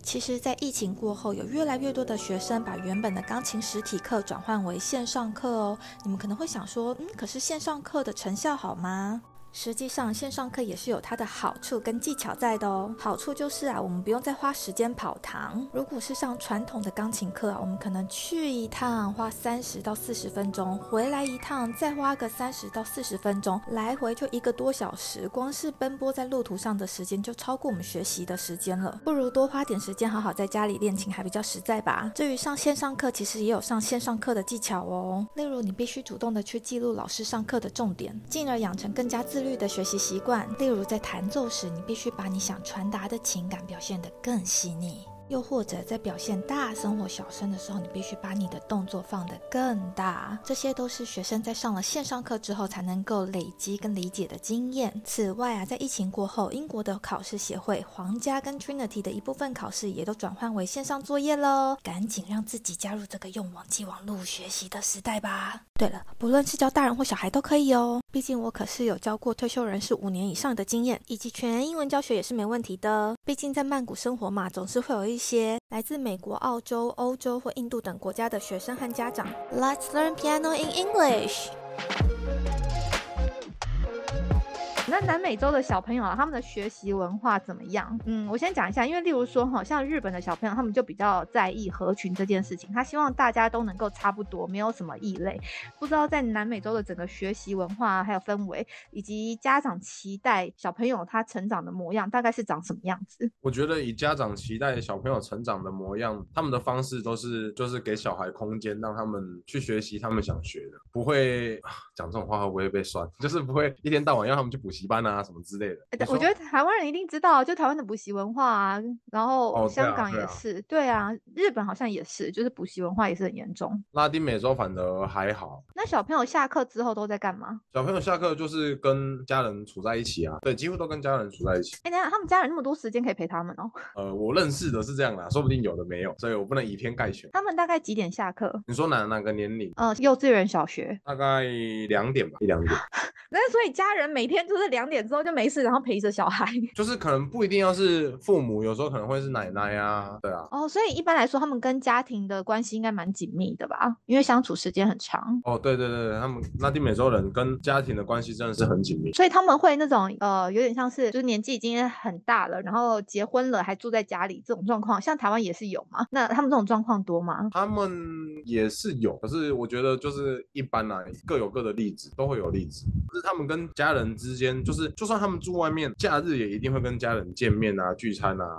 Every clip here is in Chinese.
其实在疫情过后，有越来越多的学生把原本的钢琴实体课转换为线上课哦。你们可能会想说，可是线上课的成效好吗？实际上线上课也是有它的好处跟技巧在的哦。好处就是我们不用再花时间跑堂。如果是上传统的钢琴课我们可能去一趟花30到40分钟，回来一趟再花个30到40分钟，来回就1个多小时，光是奔波在路途上的时间就超过我们学习的时间了。不如多花点时间好好在家里练琴还比较实在吧。至于上线上课，其实也有上线上课的技巧哦。例如你必须主动的去记录老师上课的重点，进而养成更加自律的学习习惯。例如在弹奏时，你必须把你想传达的情感表现得更细腻。又或者在表现大声或小声的时候，你必须把你的动作放得更大。这些都是学生在上了线上课之后才能够累积跟理解的经验。此外在疫情过后，英国的考试协会、皇家跟 Trinity 的一部分考试也都转换为线上作业咯。赶紧让自己加入这个用网际网路学习的时代吧。对了，不论是教大人或小孩都可以哦。毕竟我可是有教过退休人士5年以上的经验，以及全英文教学也是没问题的。毕竟在曼谷生活嘛，总是会有一些来自美国、澳洲、欧洲或印度等国家的学生和家长。 Let's learn piano in English。 那南美洲的小朋友他们的学习文化怎么样？我先讲一下，因为例如说像日本的小朋友，他们就比较在意合群这件事情，他希望大家都能够差不多，没有什么异类。不知道在南美洲的整个学习文化还有氛围，以及家长期待小朋友他成长的模样大概是长什么样子？ 我觉得以家长期待小朋友成长的模样，他们的方式都是就是给小孩空间，让他们去学习他们想学的，不会讲这种话会不会被酸，就是不会一天到晚要他们去补习班啊什么之类的。 我觉得台湾人一定知道，就台湾的补习文化啊，然后香港也是，对啊，日本好像也是，就是补习文化也是很严重。 拉丁美洲反而还好。 那小朋友下课之后都在干嘛？ 小朋友下课就是跟家人处在一起啊，对，几乎都跟家人处在一起。 等一下，他们家人那么多时间可以陪他们哦？ 我认识的是这样啦，说不定有的没有，所以我不能以偏概全。 他们大概几点下课？ 你说哪个年龄？ 幼稚园、小学， 大概2点吧，1-2点。 那所以家人每天就是2点之后就没事，然后陪着小孩。 就是可能不一定要是父母，有时候可能会是奶奶啊，对啊。 所以一般来说他们跟家庭的关系应该蛮紧密的吧，因为相处时间很长。 对，他们拉丁美洲人跟家庭的关系真的是很紧密， 所以他们会那种有点像是就是年纪已经很大了，然后结婚了还住在家里这种状况，像台湾也是有吗？那他们这种状况多吗？ 他们也是有，可是我觉得就是一般啦，各有各的例子，都会有例子。可是他们跟家人之间，就是就算他们住外面，假日也一定会跟家人见面啊、聚餐啊。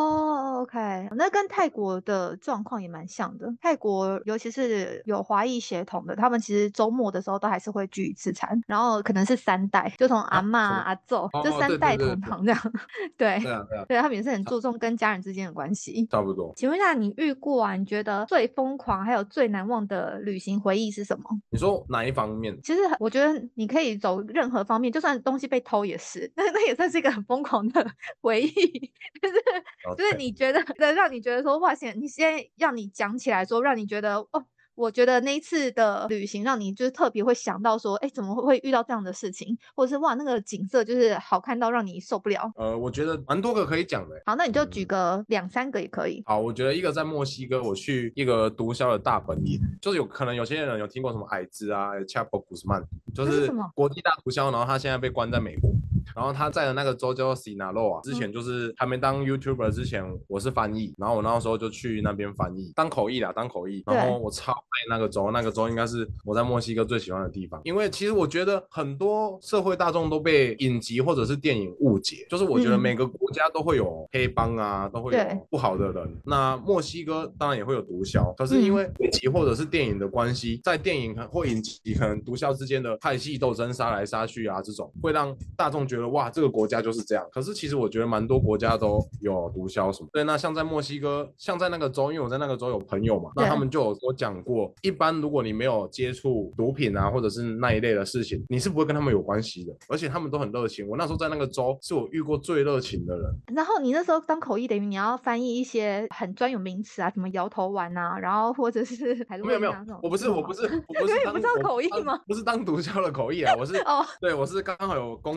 OK， 那跟泰国的状况也蛮像的。泰国尤其是有华裔血统的，他们其实周末的时候都还是会聚一次餐，然后可能是3代，就从阿嬷、阿祖，就3代同堂这样。对，他们也是很注重跟家人之间的关系。 差不多。 请问一下，你遇过你觉得最疯狂还有最难忘的旅行回忆是什么？ 你说哪一方面？ 其实我觉得你可以走任何方面，就算东西被偷也是，那也算是一个很疯狂的回忆。就是你觉得让你觉得说哇塞，你现在让你讲起来说，让你觉得我觉得那一次的旅行让你就是特别会想到说，怎么会遇到这样的事情，或者是哇那个景色就是好看到让你受不了。 我觉得蛮多个可以讲的。 好，那你就举个2-3个也可以。 好，我觉得一个在墨西哥，我去一个毒枭的大本营，就是可能有些人有听过什么矮子啊、Chapo Guzman， 就是国际大毒枭，然后他现在被关在美国。然后他在的那个州叫做 Sinaloa， 之前就是还没当 YouTuber 之前，我是翻译，然后我那时候就去那边翻译，当口译，然后我超爱那个州应该是我在墨西哥最喜欢的地方，因为其实我觉得很多社会大众都被影集或者是电影误解，就是我觉得每个国家都会有黑帮啊，都会有不好的人，那墨西哥当然也会有毒枭，可是因为影集或者是电影的关系，在电影或影集可能毒枭之间的派系斗争、杀来杀去啊，这种会让大众觉得哇这个国家就是这样，可是其实我觉得蛮多国家都有毒枭什么。对，那像在墨西哥，像在那个州，因为我在那个州有朋友嘛，那他们就有说讲过，一般如果你没有接触毒品啊或者是那一类的事情，你是不会跟他们有关系的，而且他们都很热情。我那时候在那个州是我遇过最热情的人。 然后你那时候当口译等于你要翻译一些很专有名词啊，什么摇头丸啊，然后或者是没有，我不是当口译吗？ 不是当毒枭的口译啊，我是对，我是刚好有工作去那边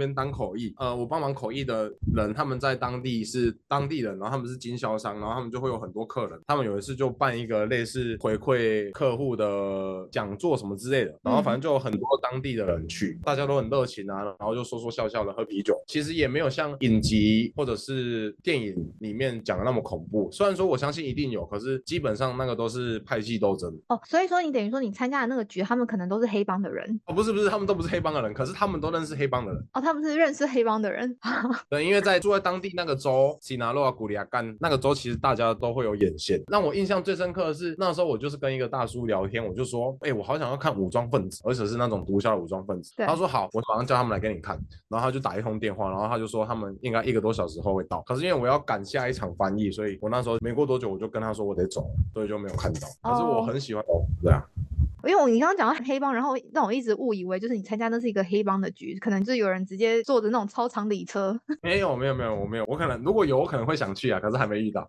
边当口译，我帮忙口译的人，他们在当地是当地人，然后他们是经销商，然后他们就会有很多客人，他们有一次就办一个类似回馈客户的讲座什么之类的，然后反正就有很多当地的人去，大家都很热情啊，然后就说说笑笑的喝啤酒，其实也没有像影集或者是电影里面讲的那么恐怖，虽然说我相信一定有，可是基本上那个都是派系斗争。 所以说你等于说你参加的那个局，他们可能都是黑帮的人。 不是，他们都不是黑帮的人，可是他们都认识黑帮的人。 他们是认识黑帮的人。 对，因为住在当地那个州西纳洛啊、古里亚干那个州，其实大家都会有眼线。让我印象最深刻的是，那时候我就是跟一个大叔聊天，我就说，我好想要看武装分子，而且是那种毒枭的武装分子。他说好，我马上叫他们来给你看。然后他就打一通电话，然后他就说他们应该1个多小时后会到。可是因为我要赶下一场翻译，所以我那时候没过多久我就跟他说我得走，所以就没有看到。可是我很喜欢对啊。 因为你刚刚讲到黑帮，然后让我一直误以为就是你参加那是一个黑帮的局，可能就是有人直接坐着那种超长礼车。 没有，我没有，我可能如果有，我可能会想去啊，可是还没遇到。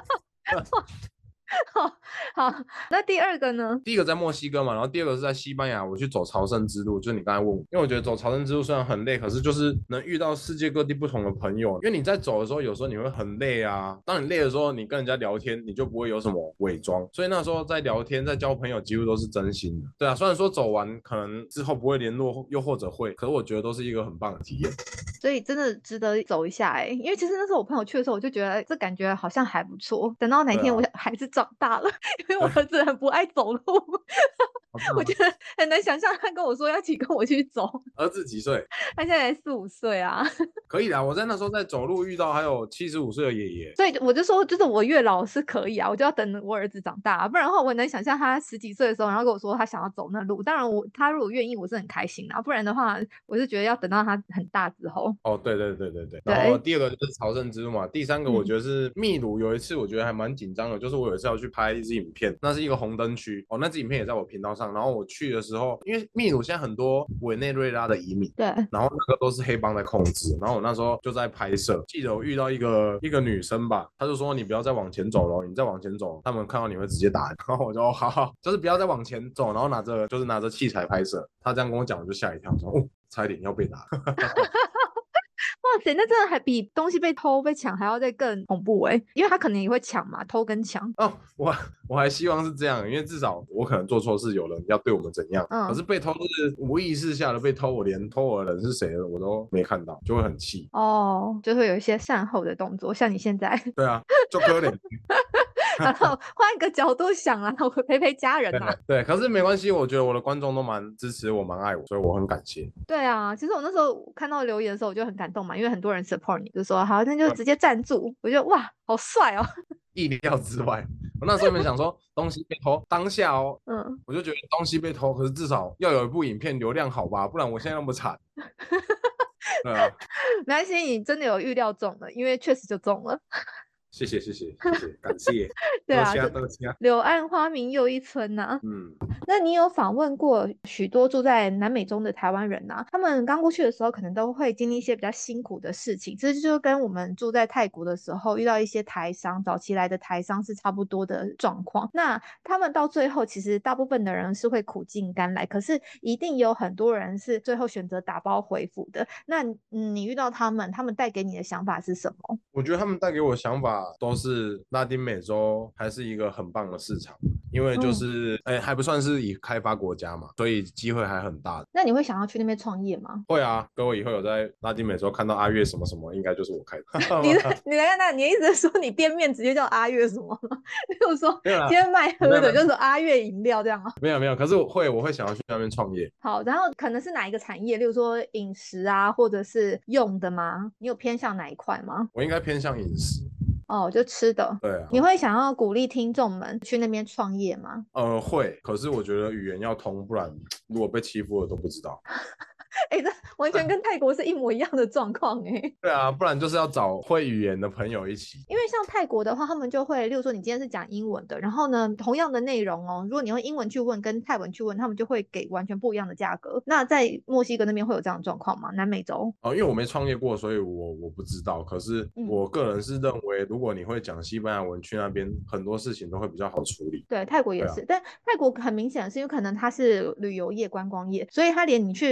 好，那第二个呢？ 第一个在墨西哥嘛，然后第二个是在西班牙，我去走朝圣之路，就是你刚才问我，因为我觉得走朝圣之路虽然很累，可是就是能遇到世界各地不同的朋友。因为你在走的时候，有时候你会很累啊，当你累的时候，你跟人家聊天，你就不会有什么伪装，所以那时候在聊天，在交朋友，几乎都是真心的。对啊，虽然说走完可能之后不会联络，又或者会，可是我觉得都是一个很棒的体验。 所以真的值得走一下因为其实那时候我朋友去的时候，我就觉得这感觉好像还不错。等到哪天我孩子长大了，因为我儿子很不爱走路，我觉得很难想象他跟我说要一起跟我去走。 儿子几岁？ 他现在才4、5岁啊。 可以啦，我在那时候在走路遇到还有75岁的爷爷， 所以我就说，就是我越老是可以啊，我就要等我儿子长大不然的话我很难想象他10几岁的时候，然后跟我说他想要走那路。当然他如果愿意，我是很开心啦，不然的话我是觉得要等到他很大之后。 对。然后第二个就是朝圣之路嘛，第三个我觉得是秘鲁。有一次我觉得还蛮紧张的，就是我有一次要去拍一支影片，那是一个红灯区那支影片也在我频道上。然后我去的时候，因为秘鲁现在很多委内瑞拉的移民， 对， 然后那个都是黑帮在控制。然后我那时候就在拍摄，记得我遇到一个女生吧，她就说你不要再往前走了，你再往前走，他们看到你会直接打。然后我就好，就是不要再往前走，然后拿着器材拍摄。她这样跟我讲，我就吓一跳，说差一点要被打。 哇塞，那真的还比东西被偷被抢还要再更恐怖因为他可能也会抢嘛，偷跟抢。 我还希望是这样，因为至少我可能做错事，有人要对我们怎样。可是被偷是无意识下的被偷，我连偷我的人是谁的我都没看到，就会很气。 就会有一些善后的动作，像你现在。 对啊，就可怜。 然后换一个角度想啊，我陪家人啊。 对，可是没关系，我觉得我的观众都蛮支持我，蛮爱我，所以我很感谢。 对啊，其实我那时候看到留言的时候，我就很感动嘛，因为很多人 support 你，就说好，那就直接赞助。我觉得哇，好帅哦。 意料之外，我那时候没想说东西被偷，当下我就觉得东西被偷，可是至少要有一部影片流量好吧，不然我现在那么惨。对啊， 没关系，你真的有预料中了，因为确实就中了。 谢谢，感谢。 对啊，柳暗花明又一村呐。那你有访问过许多住在南美洲的台湾人呐？他们刚过去的时候，可能都会经历一些比较辛苦的事情，这就跟我们住在泰国的时候遇到一些台商，早期来的台商是差不多的状况。那他们到最后，其实大部分的人是会苦尽甘来，可是一定有很多人是最后选择打包回府的。那你遇到他们带给你的想法是什么？ 我觉得他们带给我的想法都是拉丁美洲还是一个很棒的市场，因为就是还不算是已开发国家嘛，所以机会还很大。 那你会想要去那边创业吗？ 会啊，各位以后有在拉丁美洲看到阿月什么什么，应该就是我开的。 你来看，你的意思是说你店面直接叫阿月什么吗？就是说今天卖喝的就是阿月饮料这样吗？ 没有，可是我会想要去那边创业。 好，然后可能是哪一个产业，例如说饮食啊，或者是用的吗？你有偏向哪一块吗？ 我应该偏向饮食。 就吃的。 对啊。 你会想要鼓励听众们去那边创业吗？ 会，可是我觉得语言要通，不然如果被欺负了都不知道。 这完全跟泰国是一模一样的状况对啊，不然就是要找会语言的朋友一起。 因为像泰国的话，他们就会，例如说你今天是讲英文的，然后呢，同样的内容如果你用英文去问跟泰文去问，他们就会给完全不一样的价格。那在墨西哥那边会有这样的状况吗？南美洲？ 因为我没创业过，所以我不知道。可是我个人是认为，如果你会讲西班牙文，去那边很多事情都会比较好处理。 对，泰国也是。但泰国很明显是因为可能它是旅游业、观光业，所以它连你去那种国家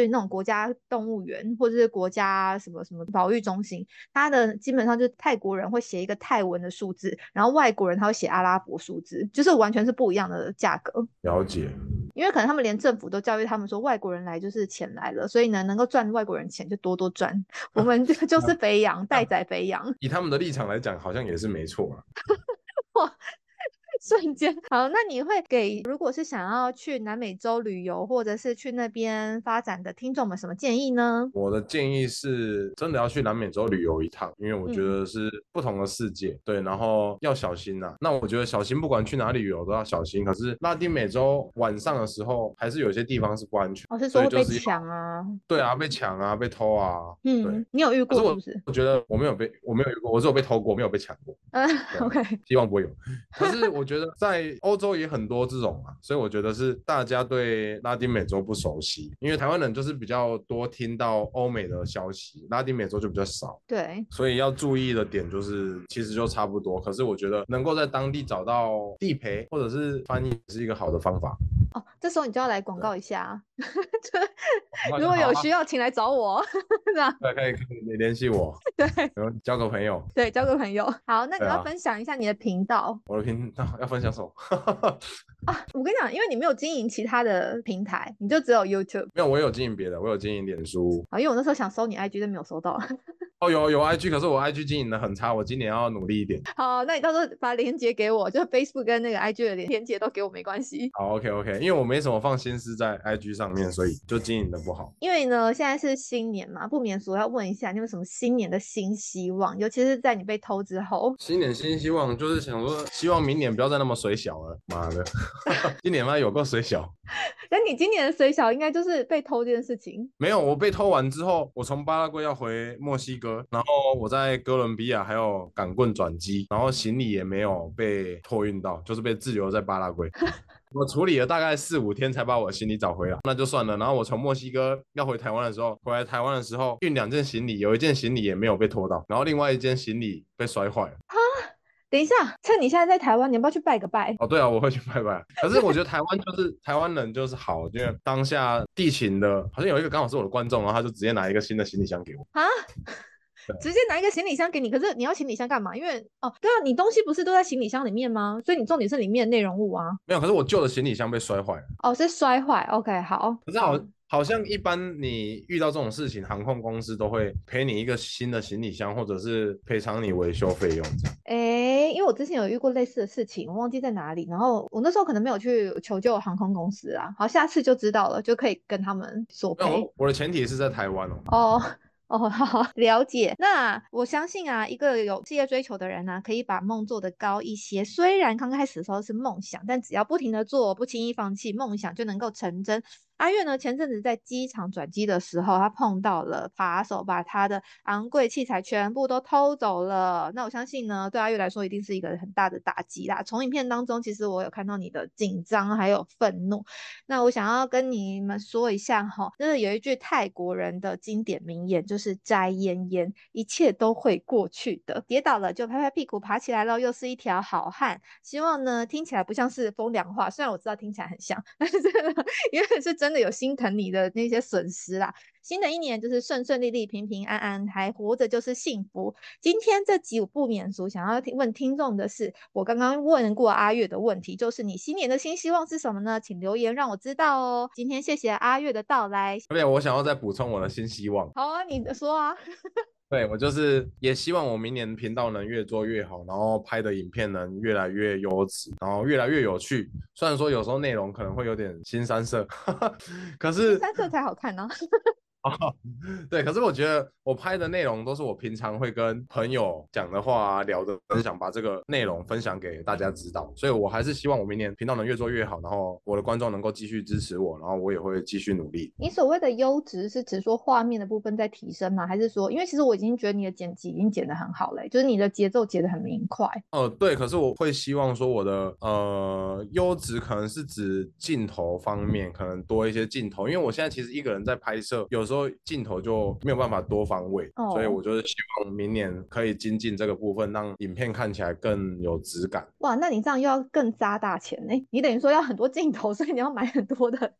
家动物园或者是国家什么什么保育中心，它的基本上就是泰国人会写一个泰文的数字，然后外国人他会写阿拉伯数字，就是完全是不一样的价格。 了解。 因为可能他们连政府都教育他们说外国人来就是钱来了，所以呢能够赚外国人钱就多多赚，我们就是肥羊待宰肥羊。 以他们的立场来讲好像也是没错啊。 哇，瞬间好，那你会给如果是想要去南美洲旅游或者是去那边发展的听众们什么建议呢？ 我的建议是真的要去南美洲旅游一趟，因为我觉得是不同的世界，对，然后要小心啊。那我觉得小心，不管去哪里旅游都要小心。可是拉丁美洲晚上的时候，还是有些地方是不安全。 是说会被抢啊？ 对啊，被抢啊，被偷啊。对， 你有遇过是不是？ 我觉得我没有遇过，我只有被偷过，没有被抢过。 OK， 希望不会有。可是我觉得在欧洲也很多这种啊，所以我觉得是大家对拉丁美洲不熟悉，因为台湾人就是比较多听到欧美的消息，拉丁美洲就比较少。 对， 所以要注意的点就是其实就差不多，可是我觉得能够在当地找到地陪或者是翻译是一个好的方法。 这时候你就要来广告一下，如果有需要请来找我。 对，可以联系我， 对， 交个朋友， 对，交个朋友。好，那你要分享一下你的频道。 我的频道要分享什么？ 我跟你讲，因为你没有经营其他的平台，你就只有 YouTube。 没有，我有经营别的，我有经营脸书。 因为我那时候想搜你 IG 但没有搜到。 有 IG， 可是我 IG 经营的很差，我今年要努力一点。 好，那你到时候把链接给我，就 Facebook 跟那个 IG 的链接都给我没关系。 好 ，OK， 因为我没什么放心思在 IG 上面，所以就经营的不好。 因为呢，现在是新年嘛，不免俗要问一下，你有什么新年的新希望？尤其是在你被偷之后。 新年新希望就是想说，希望明年不要再那么水小了，妈的，今年嘛有够水小。 但你今年的水小应该就是被偷这件事情。 没有，我被偷完之后，我从巴拉圭要回墨西哥，然后我在哥伦比亚还有赶棍转机，然后行李也没有被托运到，就是被滞留在巴拉圭。我处理了大概4-5天才把我的行李找回来，那就算了。然后我从墨西哥要回台湾的时候，回来台湾的时候运2件行李，有1件行李也没有被拖到，然后另外1件行李被摔坏了。 等一下，趁你现在在台湾，你要不要去拜个拜？ 对啊，我会去拜拜。可是我觉得台湾就是台湾人就是好，因为当下地勤的，好像有一个刚好是我的观众，然后他就直接拿一个新的行李箱给我。 直接拿一个行李箱给你，可是你要行李箱干嘛？因为对啊，你东西不是都在行李箱里面吗？所以你重点是里面的内容物啊。 没有，可是我旧的行李箱被摔坏了。 是摔坏 ，OK， 好。 可是好像一般你遇到这种事情，航空公司都会赔你一个新的行李箱，或者是赔偿你维修费用这样。 因为我之前有遇过类似的事情，我忘记在哪里，然后我那时候可能没有去求救航空公司啊。好，下次就知道了，就可以跟他们索赔。 我的前提是在台湾哦。 好，了解。那我相信啊，一个有事业追求的人啊，可以把梦做得高一些。虽然刚开始的时候是梦想，但只要不停的做，不轻易放弃，梦想就能够成真。阿月呢，前阵子在机场转机的时候，他碰到了扒手，把他的昂贵器材全部都偷走了。那我相信呢，对阿月来说一定是一个很大的打击啦。从影片当中，其实我有看到你的紧张还有愤怒。那我想要跟你们说一下哈，就是有一句泰国人的经典名言，就是摘烟烟，一切都会过去的。跌倒了就拍拍屁股爬起来了，又是一条好汉。希望呢，听起来不像是风凉话，虽然我知道听起来很像，但是因为是真的有心疼你的那些损失啦。新的一年就是顺顺利利、平平安安，还活着就是幸福。今天这集我不免俗，想要问听众的是，我刚刚问过阿月的问题，就是你新年的新希望是什么呢？请留言让我知道哦。今天谢谢阿月的到来。 对，我想要再补充我的新希望。 好啊，你说啊。 对，我就是也希望我明年频道能越做越好，然后拍的影片能越来越优质，然后越来越有趣。虽然说有时候内容可能会有点新三色，可是新三色才好看呢。 对，可是我觉得我拍的内容都是我平常会跟朋友讲的话聊的分享，把这个内容分享给大家知道，所以我还是希望我明年频道能越做越好，然后我的观众能够继续支持我，然后我也会继续努力。 你所谓的优质是指说画面的部分在提升吗？还是说，因为其实我已经觉得你的剪辑已经剪得很好了，就是你的节奏剪得很明快。 对，可是我会希望说我的优质可能是指镜头方面，可能多一些镜头，因为我现在其实一个人在拍摄，有时候镜头就没有办法多方位，所以我就是希望明年可以精进这个部分，让影片看起来更有质感。 哇，那你这样又要更砸大钱呢？你等于说要很多镜头，所以你要买很多的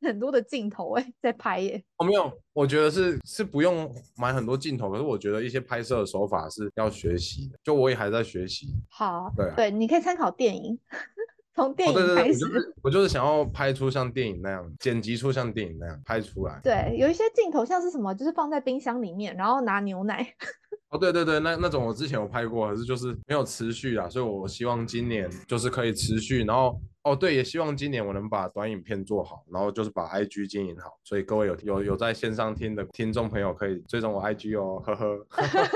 很多的镜头在拍耶。 没有，我觉得是不用买很多镜头，可是我觉得一些拍摄的手法是要学习的，就我也还在学习。 好， 对啊， 对，你可以参考电影，从电对对对， 影开始。 我就是想要拍出像电影那样，剪辑出像电影那样拍出来。 对，有一些镜头像是什么，就是放在冰箱里面，然后拿牛奶。 对对对，那种我之前有拍过，可是就是没有持续啊，所以我希望今年就是可以持续，然后对，也希望今年我能把短影片做好，然后就是把 IG 经营好，所以各位有在线上听的听众朋友可以追踪我 IG 哦，呵呵。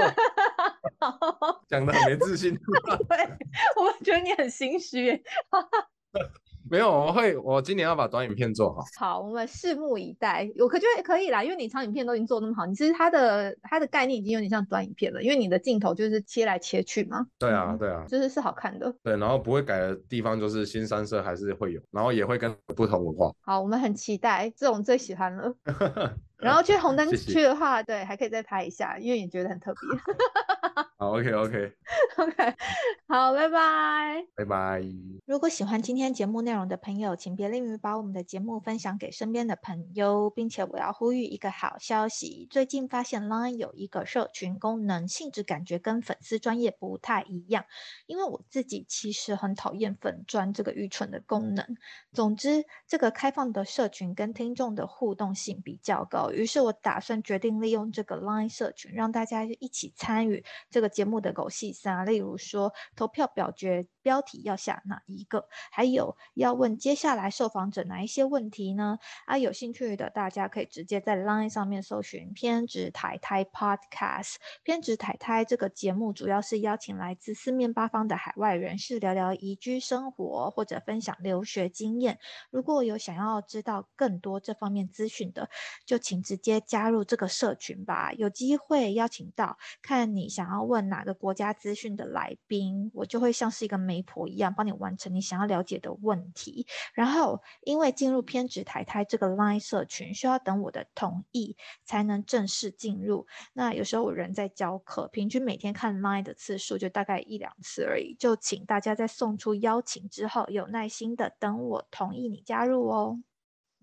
讲的很没自信。 对，我觉得你很心虚。 没有，我今年要把短影片做好。 好，我们拭目以待。我觉得可以啦，因为你长影片都已经做那么好，你其实它的概念已经有点像短影片了，因为你的镜头就是切来切去嘛。 对啊，对啊， 就是好看的。 对，然后不会改的地方就是新三色还是会有，然后也会跟不同文化。 好，我们很期待，这种最喜欢了。然后去红灯区的话，对，还可以再拍一下，因为你觉得很特别。 好，OK， 好，拜拜， 拜拜。 如果喜欢今天节目内容的朋友，请别吝于把我们的节目分享给身边的朋友，并且我要呼吁一个好消息，最近发现 LINE 有一个社群功能，性质感觉跟粉丝专页不太一样，因为我自己其实很讨厌粉专这个愚蠢的功能。总之，这个开放的社群跟听众的互动性比较高，于是我打算决定利用这个 LINE 社群，让大家一起参与这个节目的狗戏三，例如说投票表决标题要下哪一个，还有要问接下来受访者哪一些问题呢？有兴趣的大家可以直接在 LINE 上面搜寻偏执台台 Podcast。 偏执台台这个节目主要是邀请来自四面八方的海外人士聊聊移居生活或者分享留学经验。如果有想要知道更多这方面资讯的，就请直接加入这个社群吧，有机会邀请到看你想要问哪个国家资讯的来宾，我就会像是一个媒婆一样帮你完成你想要了解的问题。然后因为进入偏执台台这个 LINE 社群需要等我的同意才能正式进入，那有时候我人在教课，平均每天看 LINE 的次数就大概1-2次而已，就请大家在送出邀请之后有耐心的等我同意你加入哦。